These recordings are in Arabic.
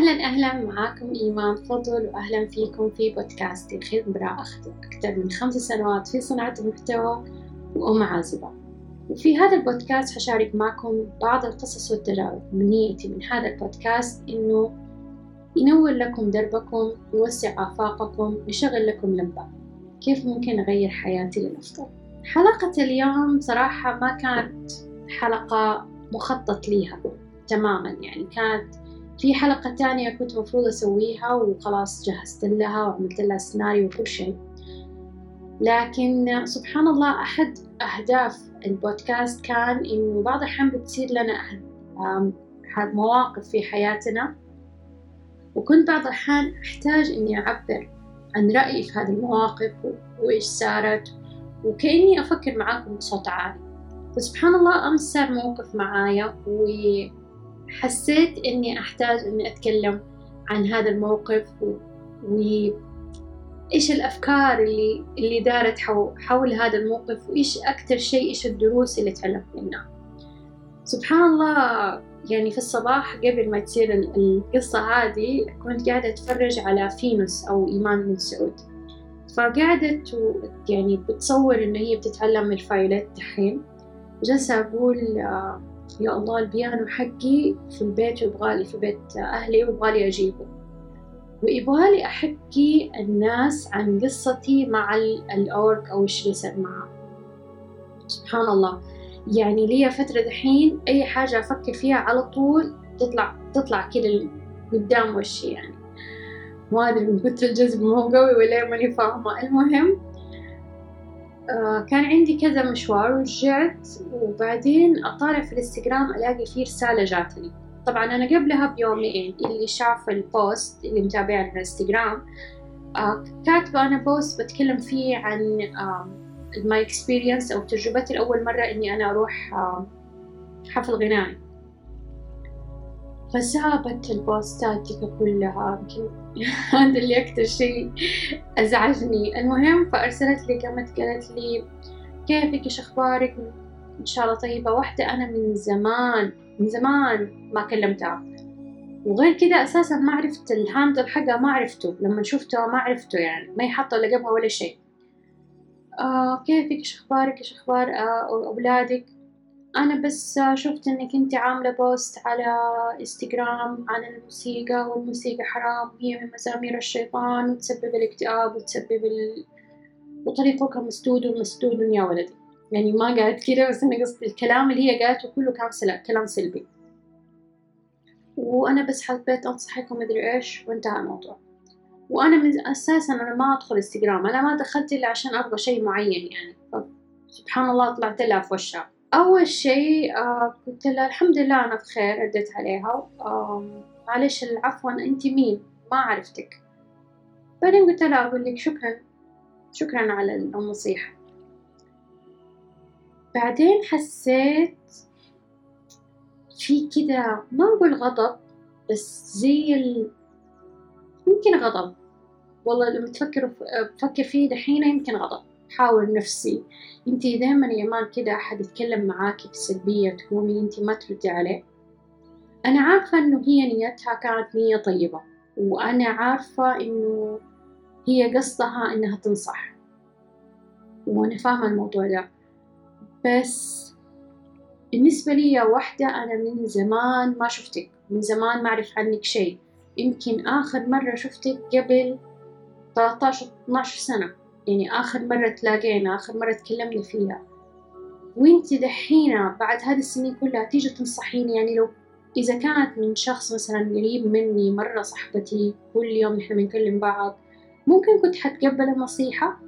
أهلا معاكم إيمان فضل، وأهلا فيكم في بودكاستي خبرة أكثر من 5 سنوات في صناعة المحتوى وأم عازبة. وفي هذا البودكاست حشارك معكم بعض القصص والتجارب. من نيتي من هذا البودكاست إنه ينور لكم دربكم، يوسع آفاقكم، يشغل لكم لمبة كيف ممكن أغير حياتي للأفضل. حلقة اليوم صراحة ما كانت حلقة مخطط ليها تماما، يعني كانت في حلقة تانية كنت مفروض أسويها وخلاص جهزت لها وعملت لها سيناريو وكل شيء، لكن سبحان الله أحد أهداف البودكاست كان إنه بعض الأحيان بتصير لنا مواقف في حياتنا، وكنت بعض الأحيان أحتاج إني أعبر عن رأيي في هذه المواقف وإيش صارت، وكأني أفكر معاكم بصوت عالي. فسبحان الله أمس صار موقف معايا وحسيت إني أحتاج إني أتكلم عن هذا الموقف وإيش الأفكار اللي دارت حول هذا الموقف، وإيش أكتر شيء إيش الدروس اللي تعلمت منها. سبحان الله، يعني في الصباح قبل ما تصير القصة هذه كنت قاعدة أتفرج على فينوس أو إيمان بن سعود، فقعدت يعني بتصور إنه هي بتتعلم الفايوليت دحين. جلسة أقول يا الله البيانو حقي في البيت ويبغالي في بيت أهلي ويبغالي أجيبه، ويبغالي أحكي الناس عن قصتي مع الأورك أو الشي اللي صار معه. سبحان الله، يعني لي فترة دحين أي حاجة أفكر فيها على طول تطلع كده قدام وشي، يعني ما أدري من كتر الجذب ما هو قوي ولا ماني فاهمة. المهم كان عندي كذا مشوار ورجعت، وبعدين أطالع في الانستغرام ألاقي فيه رسالة جاتني. طبعا أنا قبلها بيومين اللي شاف البوست اللي متابعني على الانستغرام كاتبة أنا بوست بتكلم فيه عن my experience أو تجربتي لأول مرة إني أنا أروح حفل غنائي. فسابت البوستات كلها، هذا اللي أكتر شيء أزعجني. المهم فأرسلت لي قامت قالت لي كيفك إيش أخبارك، إن شاء الله طيبة. واحدة أنا من زمان ما كلمتها، وغير كده أساسا ما عرفت الهاندل حقها، ما عرفته لما شفته ما عرفته، يعني ما يحط لقبها ولا شيء. كيفك إيش أخبارك إيش أخبار أولادك. أنا بس شفت إنك أنت عاملة بوست على إنستغرام عن الموسيقى، والموسيقى حرام هي من مزامير الشيطان وتسبب الاكتئاب وتسبب وطريقك مسدود ومسدود يا ولدي. يعني ما قالت كده، بس أنا قصدي الكلام اللي هي قالته كله كان كلام سلبي، وأنا بس حبيت أنصحكم مدري إيش وانتهى الموضوع. وأنا من أساسا أنا ما أدخل إنستغرام، أنا ما دخلت إلا عشان أبغى شيء معين يعني. سبحان الله طلعت لها في وشها. أول شيء قلت لها الحمد لله أنا بخير، رديت عليها معلش عفوا أنت مين ما عرفتك. بعدين قلت لها أقول لك شكرا على النصيحة. بعدين حسيت في كده ما أقول غضب، بس زي يمكن غضب، والله لما بفكر فيه دحين يمكن غضب. حاول نفسي انتي دائما يا مان كده أحد يتكلم معاكي بسلبية تقومي انتي ما تردي عليه. أنا عارفة إنه هي نيتها كانت نية طيبة، وأنا عارفة إنه هي قصدها إنها تنصح، وأنا فاهمة الموضوع ده. بس بالنسبة لي يا وحدة أنا من زمان ما شفتك، من زمان ما أعرف عنك شيء. يمكن آخر مرة شفتك قبل 13-12 سنة، يعني آخر مرة تلاقينا، آخر مرة تكلمنا فيها، وإنتي دحين بعد هذه السنين كلها تيجي تنصحيني. يعني لو إذا كانت من شخص مثلا قريب مني مرة صاحبتي كل يوم نحن بنكلم بعض، ممكن كنت حتقبل النصيحة،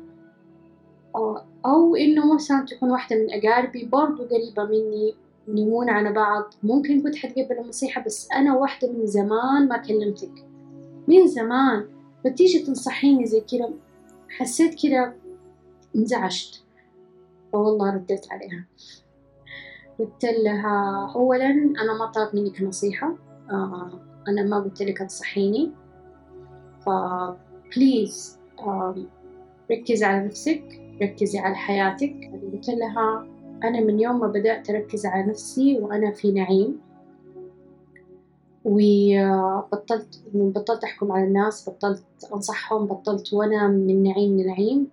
أو إنه مثلا تكون واحدة من أقاربي برضو قريبة مني نمون على بعض، ممكن كنت حتقبل النصيحة. بس أنا واحدة من زمان ما كلمتك، من زمان، فتيجي تنصحيني زي كده، حسيت كده انزعجت. فوالله رديت عليها قلت لها أولا أنا ما طلبت منك نصيحة، أنا ما قلت لك تنصحيني، فبليز ركزي على نفسك، ركزي على حياتك. قلت لها أنا من يوم ما بدأت أركز على نفسي وأنا في نعيم، بطلت أحكم على الناس، بطلت أنصحهم، بطلت وأنا من نعيم لنعيم.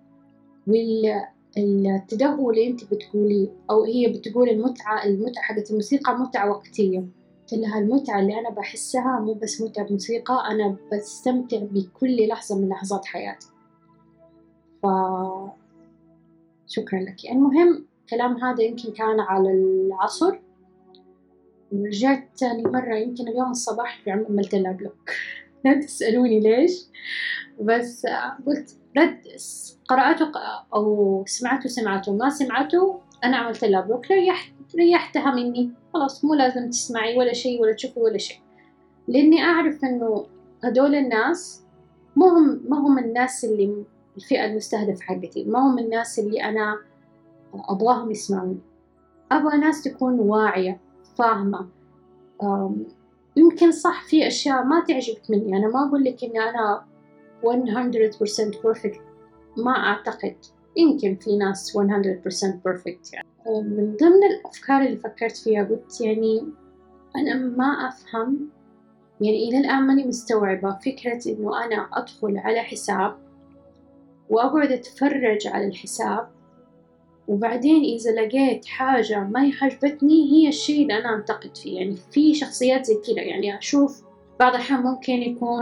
والتدهور اللي أنت بتقولي أو هي بتقول المتعة حقت الموسيقى متعة وقتية. قلت لها المتعة اللي أنا بحسها مو بس متعة موسيقى، أنا بستمتع بكل لحظة من لحظات حياتي. فشكرا لك. المهم كلام هذا يمكن كان على العصر، ورجعت تاني مرة يمكن اليوم الصباح عملت لها بلوك. لا تسألوني ليش، بس قلت قرأته أو سمعته ما سمعته، أنا عملت لها بلوك، ريحتها مني خلاص، مو لازم تسمعي ولا شيء ولا تشوفي ولا شيء، لأني أعرف إنه هدول الناس ما هم الناس اللي الفئة المستهدفة حقتي، ما هم الناس اللي أنا أبغاهم يسمعوني. أبغى ناس تكون واعية فاهمة. يمكن صح في أشياء ما تعجبك مني، أنا ما أقول لك إن أنا 100% perfect، ما أعتقد، يمكن في ناس 100% perfect يعني. من ضمن الأفكار اللي فكرت فيها قلت يعني أنا ما أفهم، يعني إلى الآن ماني مستوعبة فكرة إنه أنا أدخل على حساب وأقعد أتفرج على الحساب، وبعدين إذا لقيت حاجة ما عجبتني هي الشيء اللي أنا أنتقد فيه. يعني في شخصيات زي كذا، يعني أشوف بعض الأحيان ممكن يكون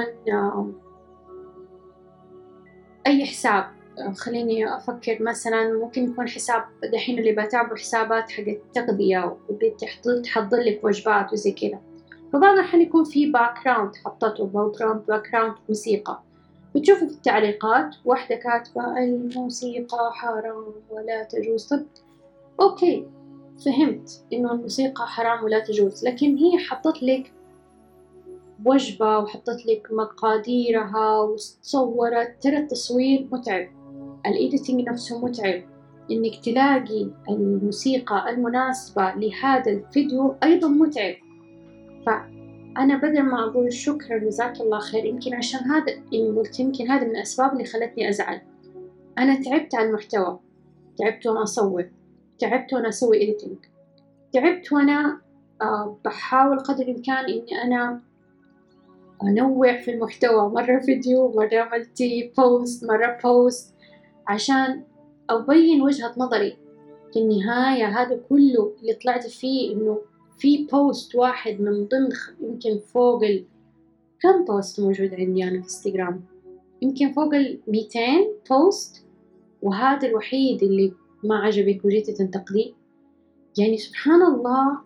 أي حساب، خليني أفكر مثلا ممكن يكون حساب دحين اللي بتابعه حسابات حق التغذية وبتحضر لك وجبات وزي كذا، فبعض الأحيان يكون في باك جراوند حطته باك جراوند موسيقى، بتشوفوا في التعليقات واحدة كاتبة الموسيقى حرام ولا تجوز. طب أوكي فهمت إنه الموسيقى حرام ولا تجوز، لكن هي حطت لك وجبة وحطت لك مقاديرها وصورت، ترى التصوير متعب، الإيديتنج نفسه متعب، إنك تلاقي الموسيقى المناسبة لهذا الفيديو أيضا متعب. فأنا بدل ما أقول شكرا جزاك الله خير، يمكن عشان هذا يعني قلت يمكن هذا من الأسباب اللي خلتني أزعل. أنا تعبت على المحتوى، تعبت وأنا أصور، تعبت وأنا أسوي إيديتنج، تعبت وأنا بحاول قدر الإمكان إني أنا أنوع في المحتوى، مرة فيديو مرة عملتي بوست مرة بوست، عشان أبين وجهة نظري. في النهاية هذا كله اللي طلعت فيه إنه في بوست واحد من ضمن يمكن فوق كم بوست موجود عندي أنا في انستغرام، يمكن فوق 200 بوست، وهذا الوحيد اللي ما عجبك وجيتي تنتقديه. يعني سبحان الله،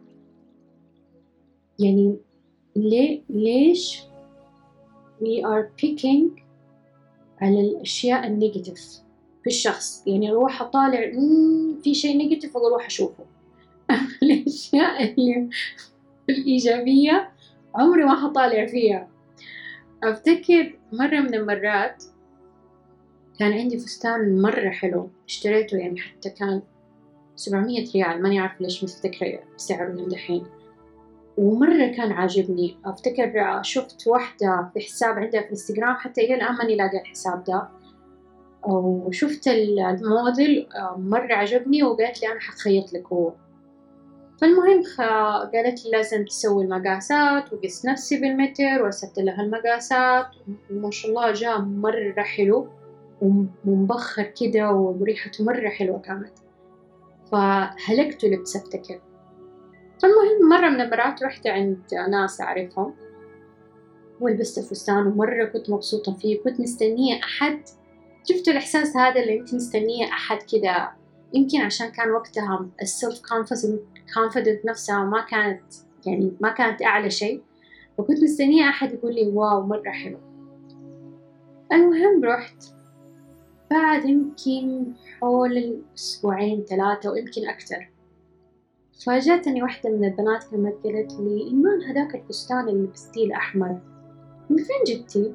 يعني ليش we are picking على الأشياء النيجاتيف في الشخص؟ يعني أروح أطالع في شيء نيجاتيف وأروح أشوفه. الأشياء اللي الإيجابية عمري ما حطالع فيها. أفتكر مرة من المرات كان عندي فستان مرة حلو اشتريته، يعني حتى كان 700 ريال، ماني عارفة ليش مفتكرة سعره من دحين، ومرة كان عاجبني. أفتكر شفت واحدة في حساب عندها في الانستغرام، حتى إلى الآن ماني لاقى الحساب ده، وشفت الموديل مرة عجبني وقالت لي أنا حخيط لك هو. فالمهم قالت لي لازم تسوي المقاسات، وقست نفسي بالمتر وأرسلت لها المقاسات، وما شاء الله جاء مرة حلو ومبخر كده وريحته مرة حلوة كانت، فهلكت لبس أفتكر. فالمهم مرة من المرات رحت عند ناس أعرفهم ولبست الفستان ومرة كنت مبسوطة فيه، كنت مستنية أحد. شفتوا الإحساس هذا اللي أنت مستنية أحد كده، يمكن عشان كان وقتها السلف confident نفسها ما كانت أعلى شيء، وكنت مستنية أحد يقول لي واو مرة حلو. المهم رحت بعد يمكن حول الأسبوعين 3 ويمكن أكتر، فاجأتني واحدة من البنات كانت قالت لي إيمان هذاك الفستان اللي لبستيه الأحمر من فين جبتيه؟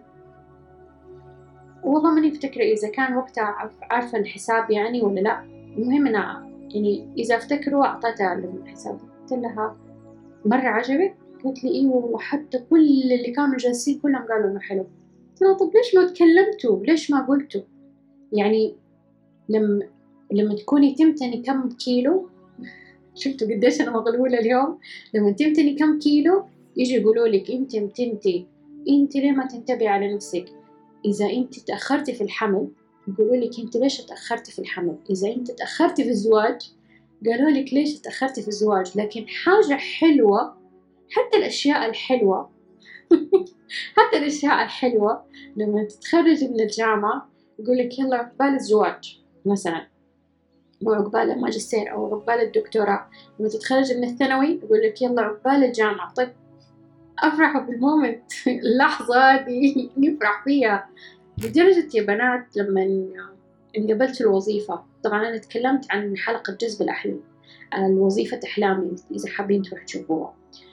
والله ماني افتكر إذا كان وقتها عارفة الحساب يعني ولا لا. المهم أنا يعني إذا افتكره أعطيتها الحساب، قلت لها مرة عجبك؟ قالت لي إيه والله، حتى كل اللي كانوا جالسين كلهم قالوا إنه حلو. قلت لها طب ليش ما تكلمتوا؟ ليش ما قلتوا؟ يعني لما تكوني تمتني كم كيلو شفتوا قديش أنا مغلولة اليوم، لما تمتني كم كيلو يجي يقولوا لك انت ليه ما تنتبهي على نفسك؟ اذا انت تاخرتي في الحمل يقولوا لك انت ليش تاخرتي في الحمل. اذا انت تاخرتي في الزواج قالوا لك ليش تاخرتي في الزواج. لكن حاجه حلوه، حتى الاشياء الحلوه حتى الاشياء الحلوه لما تتخرجي من الجامعه يقول لك يلا عقبال الزواج مثلا، وعقبال الماجستير أو عقبال الدكتوراه. لما تتخرج من الثانوي يقول لك يلا عقبال الجامعة. طيب أفرحوا بالمومنت اللحظة دي نفرح فيها. لدرجة يا بنات لما انقبلت الوظيفة، طبعا أنا تكلمت عن حلقة جذب الأحلام، الوظيفة أحلامي إذا حابين تروح تشوفوها،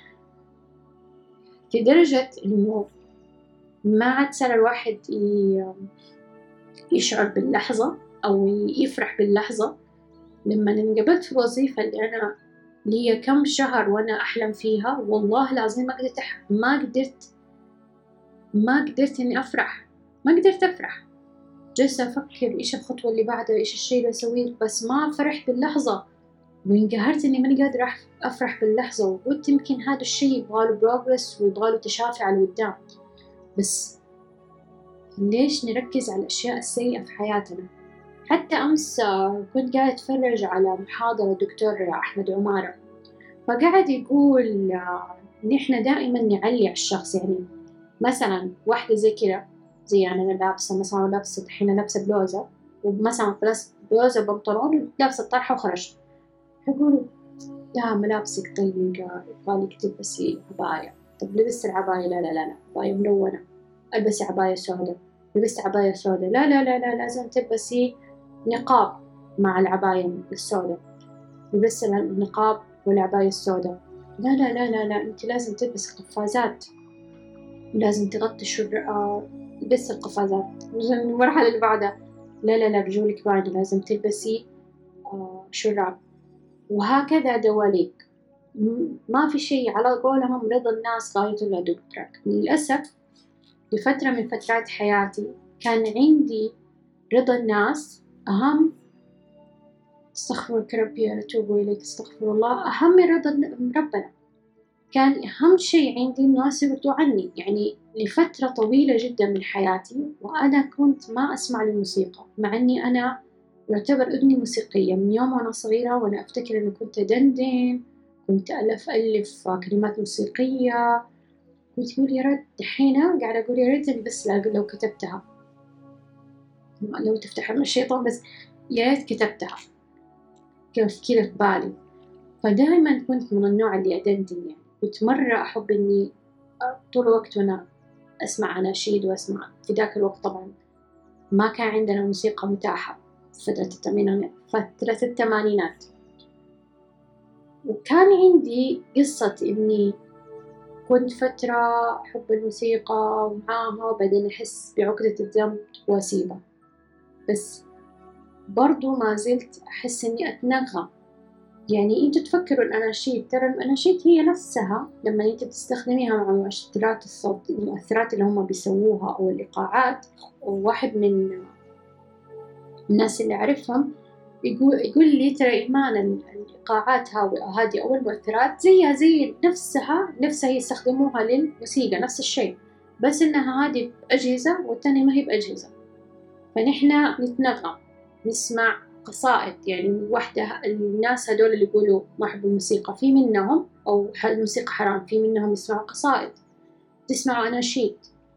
لدرجة إنه ما عاد صار الواحد يشعر باللحظة أو يفرح باللحظة. لما انقبلت في الوظيفة اللي أنا لي كم شهر وأنا أحلم فيها، والله العظيم ما قدرت إني أفرح، ما قدرت أفرح. جالسة أفكر إيش الخطوة اللي بعدها، إيش الشيء اللي أسويه، بس ما فرحت باللحظة. وانقهرت إني ماني قادرة أفرح باللحظة. وقلت يمكن هذا الشيء يبغاله بروجرس ويبغاله تشافي على قدام. بس ليش نركز على الأشياء السيئة في حياتنا؟ حتى أمس كنت قاعدة أتفرج على محاضرة دكتور أحمد عمارة، فقاعد يقول إن إحنا دائما نعلي على الشخص. يعني مثلا واحدة زي كده، زي يعني أنا لابسة مثلا، لابسة الحين لابسة بلوزة، ومثلا بلوزة بنطلون، لابسة طرحة وخرجت، يقولوا لا ملابسك ضيقة، يبغالك تلبسي عباية. طب لبست العباية، لا لا لا لا عباية ملونة. ألبسي عباية سوداء، لبست عباية سوداء، لا لا لا لا لازم تلبسي نقاب مع العباية السوداء. لبست النقاب والعباية السوداء، لا لا لا لا لا أنت لازم تلبسي قفازات، ولازم تغطي لبس القفازات. المرحلة اللي بعدها لا لا لا رجولك باينة، لازم تلبسي شراب. وهكذا دواليك. ما في شيء على قولهم رضا الناس غايته لا تدرك. للأسف لفترة من فترات حياتي كان عندي رضا الناس أهم، استغفرك ربي أتوب إليك، استغفر الله، أهم من رضا ربنا. كان أهم شيء عندي الناس يرضوا عني. يعني لفترة طويلة جدا من حياتي وأنا كنت ما أسمع للموسيقى، مع أني أنا يعتبر أذني موسيقية من يوم وأنا صغيرة. وأنا أفتكر أني كنت أدندن، كنت ألف كلمات موسيقية، كنت أقول يا ريت دحين قاعدة أقول يا ريتني بس لو كتبتها، لو تفتح من الشيطان، بس يا ريت كتبتها كيف كذا في بالي. فدائما كنت من النوع اللي أدندن. يعني كنت مرة أحب إني طول الوقت وأنا أسمع أناشيد وأسمع. في ذاك الوقت طبعا ما كان عندنا موسيقى متاحة، فترة الثمانينات. وكان عندي قصة إني كنت فترة أحب الموسيقى ومعاها، وبعدين أحس بعقدة الذنب وأسيبها. بس برضو ما زلت أحس إني أتنغم. يعني انتوا تفكروا الأناشيد، ترى الأناشيد هي نفسها لما انت بتستخدميها مع مؤثرات الصوت، المؤثرات اللي هم بيسووها أو الإيقاعات. وواحد من الناس اللي أعرفهم يقول لي ترى إيمان الإيقاعات هذه أو المؤثرات زيها زي نفسها يستخدموها للموسيقى، نفس الشيء، بس إنها هذه بأجهزة والتانية ما هي بأجهزة. فنحن نتنغم، نسمع قصائد. يعني واحدة الناس هدول اللي يقولوا ما أحب الموسيقى، في منهم أو الموسيقى حرام، في منهم يسمعوا قصائد، تسمعوا أناشيد.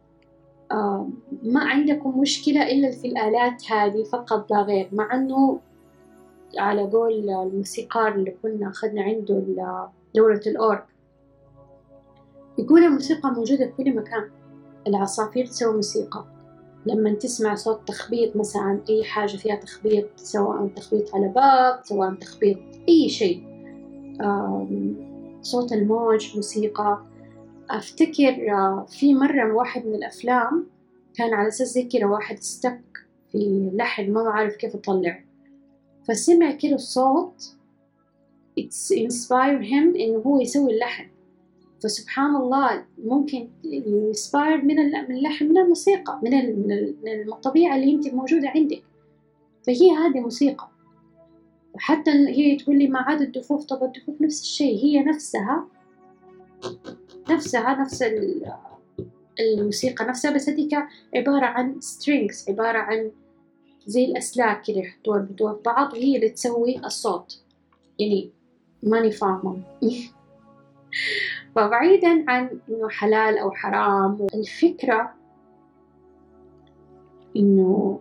ما عندكم مشكلة إلا في الآلات هذه فقط لا غير. مع أنه على قول الموسيقار اللي كنا أخذنا عنده دورة الأورج، يقول الموسيقى موجودة في كل مكان. العصافير تسوي موسيقى، لما تسمع صوت تخبيط مثلا، أي حاجة فيها تخبيط، سواء تخبيط على باب، سواء تخبيط أي شيء، صوت الموج موسيقى. أفتكر في مرة واحد من الأفلام كان على أساس زي كده واحد استك في لحن ما عارف كيف يطلع، فسمع كده الصوت it's inspire him إنه هو يسوي اللحن. فسبحان الله ممكن ينسباير من اللحن، من الموسيقى، من الطبيعة اللي انت موجودة عندك. فهي هذه موسيقى. وحتى هي تقول لي ما عاد الدفوف، طب الدفوف نفس الشيء، هي نفسها نفسها نفس الموسيقى نفسها، بس هذيك عبارة عن strings، عبارة عن زي الأسلاك كده يحطوها يربطوها في بعض، وهي اللي تسوي الصوت. يعني ماني فاهمة. فبعيدا عن إنه حلال أو حرام، الفكرة إنه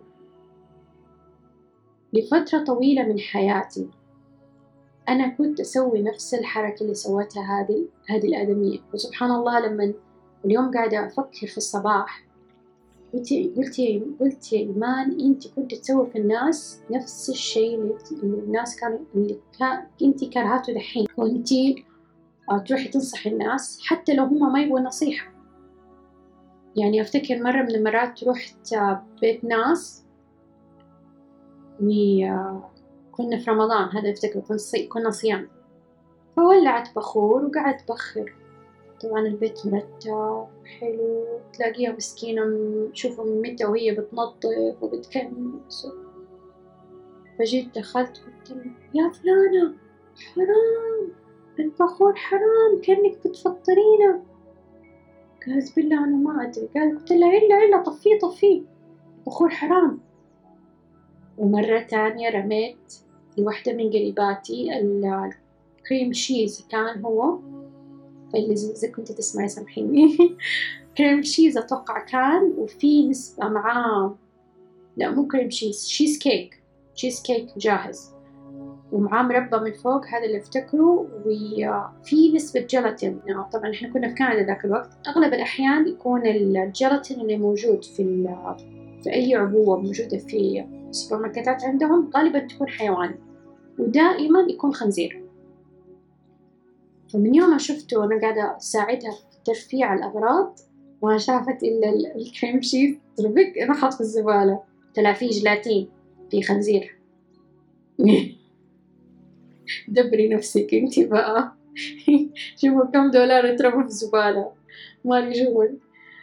لفترة طويلة من حياتي أنا كنت أسوي نفس الحركة اللي سوتها هذه الآدمية. وسبحان الله لما اليوم قاعدة أفكر في الصباح، قلت يا إيمان، أنت كنت تسوي في الناس نفس الشيء اللي الناس أنت كرهته دحين، وأنت تروحي تنصحي الناس حتى لو هم ما يبغوا نصيحة. يعني أفتكر مرة من المرات رحت بيت ناس، كنا في رمضان، هذا أفتكر كنا صيام، فولعت بخور وقعدت بخر. طبعا البيت مرتب حلو، تلاقيها مسكينة شوفوا من متى وهي بتنظف وبتكنس. فجيت دخلت قلت يا فلانة حرام، البخور حرام، كأنك بتفطرينا. قالت بالله أنا ما أدري. قلت لها إلا طفيه، البخور حرام. ومرة تانية رميت لوحدة من قريباتي الكريم شيز، كان هو اللي إذا كنت تسمعي سامحيني. كريم شيز أتوقع كان، وفي نسبة معاه، لا مو كريم شيز كيك جاهز، ومعاه مربى من فوق، هذا اللي افتكره، وفي نسبة جيلاتين. طبعا احنا كنا في كندا ذاك الوقت، أغلب الأحيان يكون الجيلاتين اللي موجود في أي عبوة موجودة في السوبر ماركتات عندهم غالبا تكون حيواني، ودائما يكون خنزير. فمن يوم ما شفته وأنا قاعدة أساعدها في ترفيع الأغراض، ما شافت إلا الكريم شيز تربك راحت في الزبالة. طلع فيه جيلاتين، فيه خنزير. دبري نفسك انتي بقى. شوفوا كم دولار اترموا في الزبالة، مالي شغل.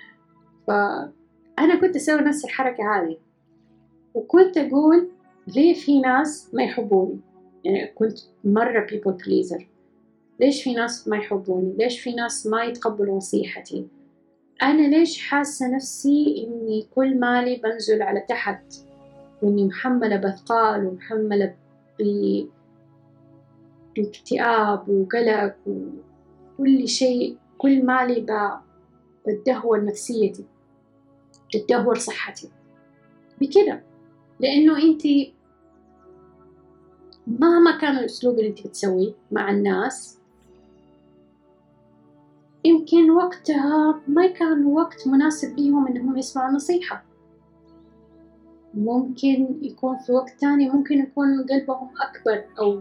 فأنا كنت أسوي نفس الحركة هذه، وكنت أقول ليه في ناس ما يحبوني. يعني كنت مرة people pleaser. ليش في ناس ما يحبوني؟ ليش في ناس ما يتقبلوا نصيحتي؟ أنا ليش حاسة نفسي إني كل مالي بنزل على تحت، وإني محملة بثقال ومحملة باكتئاب وقلق وكل شيء، كل مالي بتدهور نفسيتي، بتدهور صحتي بكده. لأنه أنتي مهما كان الأسلوب اللي أنتي بتسويه مع الناس، يمكن وقتها ما كان وقت مناسب ليهم إنهم يسمعوا نصيحة. ممكن يكون في وقت تاني، ممكن يكون قلبهم أكبر أو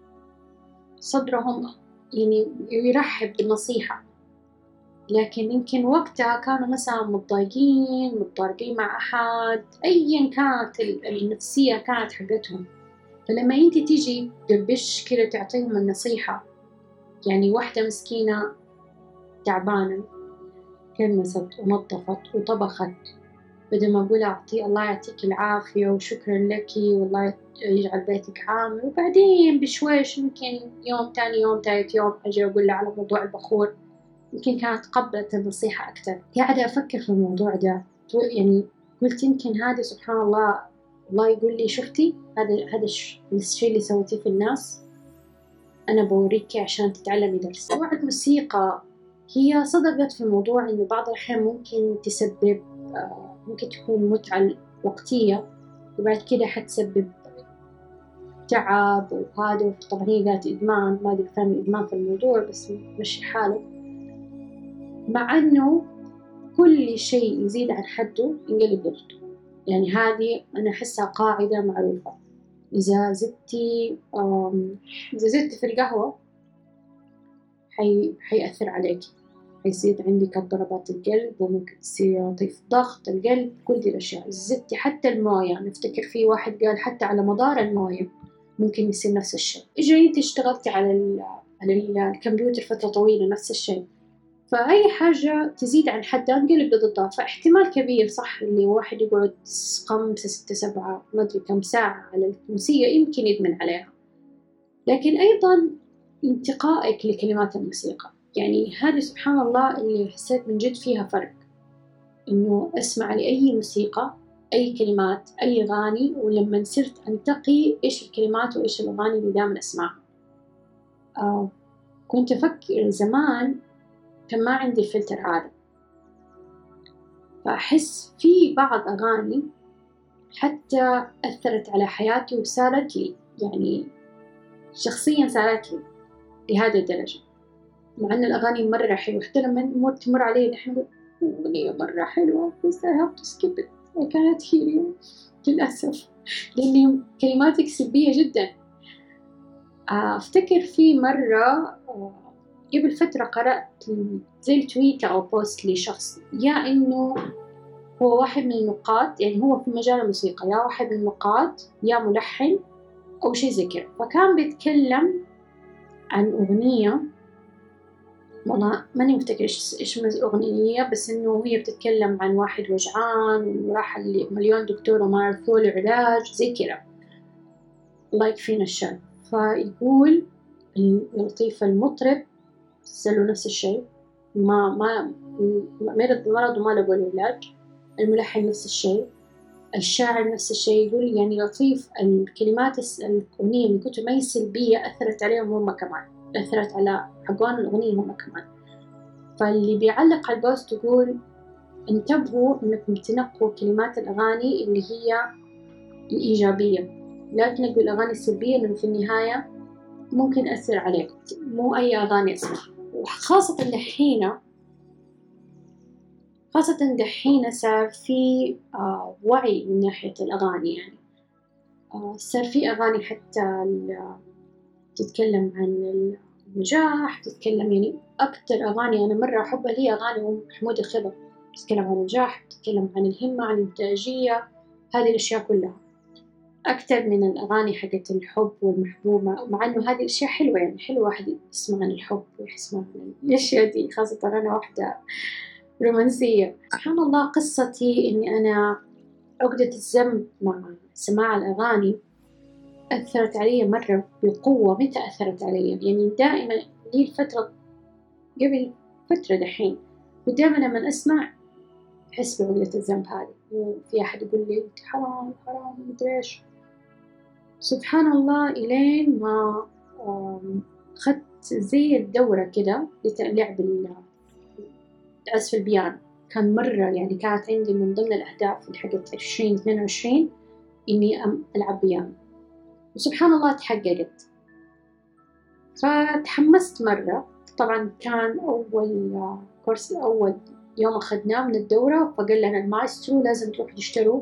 صدرهم يعني يرحب بالنصيحة، لكن يمكن وقتها كانوا مثلا متضايقين مع أحد، أيا كانت النفسية كانت حقتهم. فلما أنت تيجي دبش كده تعطيهم النصيحة، يعني واحدة مسكينة تعبانة كنست ونظفت وطبخت، بدل ما أقول أعطي الله يعطيك العافية وشكرا لك والله يجعل بيتك عامر، وبعدين بشويش يمكن يوم تاني يوم تالت يوم أجي أقول له على موضوع البخور، يمكن كانت قبلت النصيحة أكتر. قاعدة أفكر في الموضوع ده، يعني قلت يمكن هذا سبحان الله، الله يقول لي شفتي هذا الشيء اللي سويتيه في الناس، أنا بوريكي عشان تتعلمي درس. موضوع الموسيقى هي صدقت في موضوع إنه بعض الأحيان ممكن تسبب ممكن تكون متعة وقتية، وبعد كده حتسبب تعب وهذا. طبعا هي قالت إدمان، ما أدري فهم الإدمان في الموضوع، بس مشي حالك. مع أنه كل شيء يزيد عن حده ينقلب ضده. يعني هذه أنا أحسها قاعدة معروفة. إذا زدتي في القهوة حيأثر عليك، حيصير عندك ضربات القلب، وممكن تصير ضغط القلب، كل دي الأشياء. زدتي حتى الموية، نفتكر في واحد قال حتى على مدار الموية ممكن يصير نفس الشيء. إجا أنت اشتغلتي على الكمبيوتر فترة طويلة نفس الشيء، فأي حاجة تزيد عن حدها انقلب ضدها. فاحتمال كبير صح اللي واحد يقعد 5 6 7 ما أدري كم ساعة على الموسيقى يمكن يدمن عليها. لكن أيضا انتقائك لكلمات الموسيقى، يعني هذه سبحان الله اللي حسيت من جد فيها فرق، إنه أسمع لأي موسيقى، أي كلمات، أي أغاني، ولما صرت أنتقي إيش الكلمات وإيش الأغاني اللي دائما أسمعها. كنت أفكر زمان كان ما عندي الفلتر هذا، فأحس في بعض أغاني حتى أثرت على حياتي وصارت لي، يعني شخصيا صارت لي لهذه الدرجة، مع أن الأغاني مرة حلوة. حتى لما تمر علي نحن أغنية مرة حلوة بس I have to skip it I can't hear you للأسف، لأن كلماتك سلبية جدا. أفتكر في مرة قبل فترة قرأت زي تويت أو بوست لشخص، يا إنه هو واحد من النقاد، يعني هو في مجال الموسيقى، يا واحد من النقاد يا ملحن أو شيء زي كده، فكان بيتكلم عن أغنية، والله ماني مفتكرة إيش الأغنية، بس إنه هي بتتكلم عن واحد وجعان وراح مليون دكتور وما عرفوا له علاج زي كده، الله يكفينا الشر. فيقول لطيف المطرب سألوا نفس الشيء، ما مرض وما لقوا له علاج. الملحن نفس الشيء، الشاعر نفس الشيء. يقول يعني لطيف الكلمات الأغنية من كتر ما هي سلبية أثرت عليهم هم كمان، أثرت على حقون الأغنية هم كمان. فاللي بيعلق على البوست يقول انتبهوا إنكم تنقوا كلمات الأغاني اللي هي الإيجابية، لا تنقوا الأغاني السلبية، لأن في النهاية ممكن يأثر عليكم. مو أي أغاني أسمع، وخاصة دحين صار في وعي من ناحية الأغاني، يعني صار في أغاني حتى تتكلم عن النجاح، تتكلم يعني أكتر أغاني أنا مرة أحبها هي أغاني محمود الخضر، تتكلم عن النجاح، تتكلم عن الهمة، عن الإنتاجية، هذه الأشياء كلها أكتر من الأغاني حقت الحب والمحبوبة. مع إنه هذه الأشياء حلوة، يعني حلو واحد يسمع عن الحب ويسمع عن الأشياء دي، خاصة أنا واحدة رومانسية. سبحان الله قصتي إني أنا عقدة الذنب مع سماع الأغاني أثرت علي مرة بقوة. متى أثرت علي؟ يعني دائما لي الفترة قبل فترة دحين، ودائما لما أسمع أحس بعقدة الذنب هذه، وفي أحد يقول لي أنت حرام مدري إيش. سبحان الله إلين ما أخذت زي الدورة كده لعب عزف البيانو. كان مرة يعني كانت عندي من ضمن الأهداف حقت 2022 إني ألعب بيانو، وسبحان الله تحققت. فتحمست مرة. طبعا كان أول كورس، أول يوم أخذناه من الدورة، فقال لنا المايسترو لازم تروح تشتروا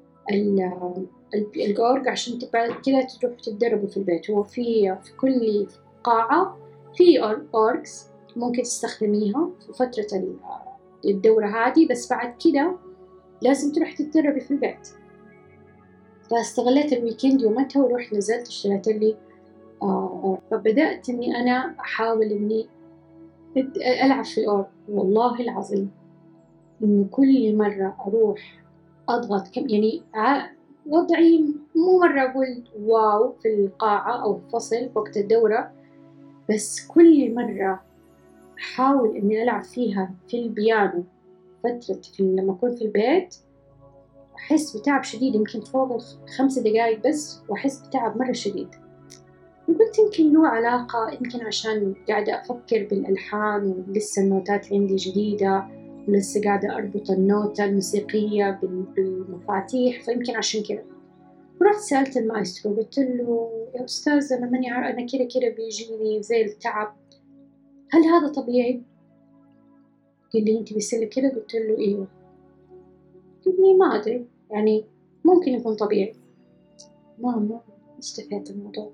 الأورج عشان بعد كده تروح تتدربوا في البيت. هو في كل قاعة في أورجز ممكن تستخدميها في فترة الدورة هذه، بس بعد كده لازم تروح تتدربي في البيت. فاستغليت الويكند يومتها ورحت نزلت اشتريت لي فبدأت إني أنا أحاول إني ألعب في الأورج. والله العظيم إنه كل مرة أروح أضغط يعني وضعي مو مرة أقول واو في القاعة أو فصل وقت الدورة، بس كل مرة أحاول إني ألعب فيها في البيانو فترة لما أكون في البيت أحس بتعب شديد، يمكن فوق 5 دقايق بس وأحس بتعب مرة شديد. وقلت يمكن له علاقة، يمكن عشان قاعدة أفكر بالألحان ولسه النوتات عندي جديدة ولسه قاعدة أربط النوتة الموسيقية بالمفاتيح، فيمكن عشان كده. ورحت سألت المايسترو قلت له يا أستاذ أنا ماني عارف، أنا كده بيجيني زي التعب، هل هذا طبيعي؟ قال لي أنت بيصير كده؟ قلت له إيوه. قال لي ما أدري، يعني ممكن يكون طبيعي. ما استفدت الموضوع.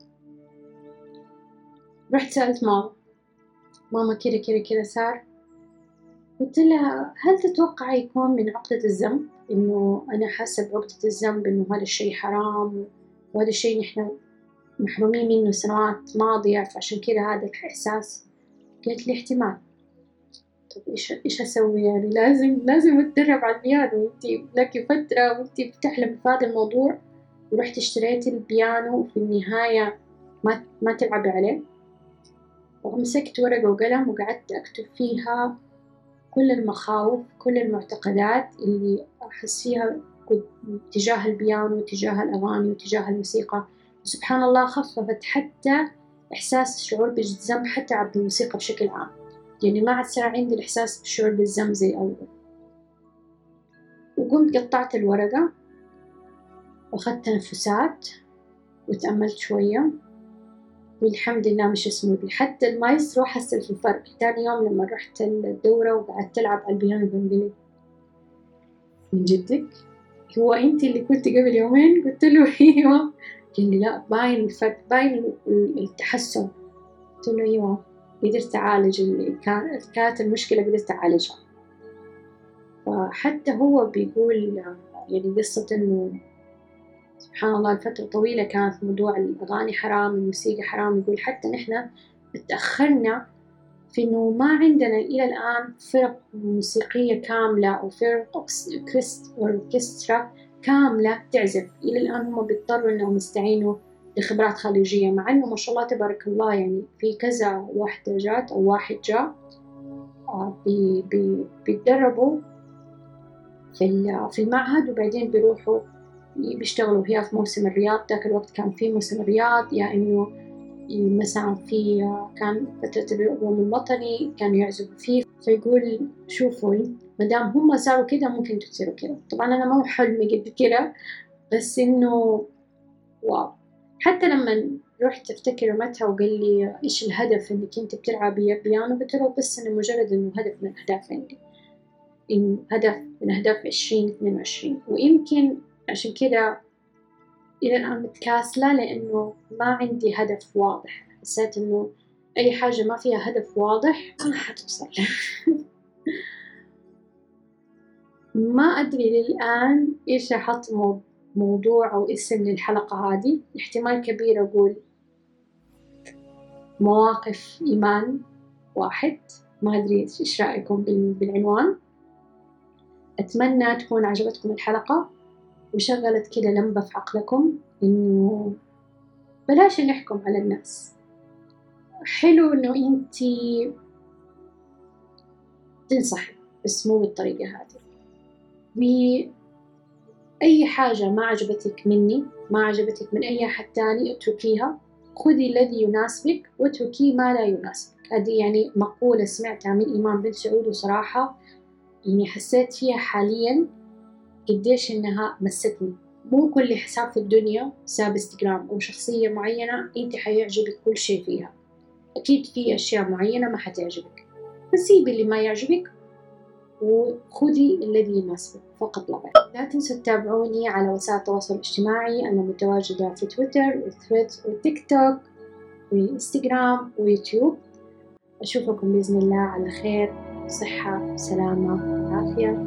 رحت سألت ماما كده صار. قلت لها هل تتوقع يكون من عقدة الذنب، إنه أنا حاسة بعقدة الذنب إنه هذا الشيء حرام وهذا الشيء نحن محرومين منه سنوات ماضية، فعشان كده هذا الإحساس. قالت لي احتمال. طب إيش أسوي يعني؟ لازم أتدرب على البيانو. أنتي لك فترة وأنتي بتحلم بهذا الموضوع ورحت اشتريتي البيانو وفي النهاية ما تلعبي عليه. ومسكت ورقة وقلم وقعدت أكتب فيها كل المخاوف، كل المعتقدات اللي أحس فيها تجاه البيانو وتجاه الأغاني وتجاه الموسيقى. وسبحان الله خففت حتى إحساس الشعور بالذنب حتى عبر الموسيقى بشكل عام، يعني ما عاد صار عندي الإحساس بالشعور بالذنب زي أول. وقمت قطعت الورقة وأخذت تنفسات وتأملت شوية، والحمد لله مش اسمه حتى المايسترو حس في الفرق. تاني يوم لما رحت الدورة وقعدت ألعب على البيانو قال من جدك؟ هو أنت اللي كنت قبل يومين؟ قلت له أيوة. قال لي لا، باين الفرق، باين التحسن. قلت له أيوة، قدرت أعالج اللي كانت المشكلة، قدرت أعالجها. فحتى هو بيقول يعني قصة إنه سبحان الله الفترة طويلة كانت موضوع الأغاني حرام، الموسيقى حرام. يقول حتى نحن تأخرنا في إنه ما عندنا إلى الآن فرق موسيقية كاملة أو فرق أوركسترا كاملة تعزف. إلى الآن هم بيضطروا إنهم يستعينوا بخبرات خارجية، مع إنه ما شاء الله تبارك الله يعني في كذا واحدة جات أو واحد جاء بيتدربوا في المعهد، وبعدين بيروحوا بيشتغلوا فيها في موسم الرياض. ذاك الوقت كان في موسم الرياض، يا إنه مثلا في كان فترة اليوم الوطني كانوا يعزفوا فيه. فيقول شوفوا مدام هم صاروا كده ممكن تصيروا كده. طبعا أنا مو حلمي قد كده، بس إنه واو. حتى لما رحت أفتكر متى وقال لي إيش الهدف إنك أنت بتلعبي بيانو، قلت له بس إنه مجرد إنه هدف من الأهداف عندي، إن هدف من أهداف 2022. ويمكن عشان كده إلى الآن متكاسلة، لأنه ما عندي هدف واضح. حسيت إنه أي حاجة ما فيها هدف واضح ما حتوصل. ما أدري للآن إيش أحط موضوع أو اسم للحلقة هذه. احتمال كبير أقول مواقف إيمان واحد. ما أدري إيش رأيكم بالعنوان. أتمنى تكون عجبتكم الحلقة وشغلت كده لمبة في عقلكم إنه بلاش نحكم على الناس. حلو إنه أنتي تنصحي بس مو بالطريقة هذه. وأي حاجة ما عجبتك مني، ما عجبتك من أي أحد تاني، اتركيها. خذي الذي يناسبك واتركي ما لا يناسبك. هذه يعني مقولة سمعتها من إيمان بن سعود، وصراحة يعني حسيت فيها حاليا قديش إنها مستني. مو كل حساب في الدنيا حساب انستغرام أو شخصية معينة أنت حيعجبك كل شيء فيها. أكيد في أشياء معينة ما حتعجبك، فسيبي اللي ما يعجبك وخذي الذي يناسبك فقط لا غير. لا تنسوا تتابعوني على وسائل التواصل الاجتماعي. أنا متواجدة في تويتر وثريدز وتيك توك وإنستغرام ويوتيوب. أشوفكم بإذن الله على خير، صحة، سلامة، عافية.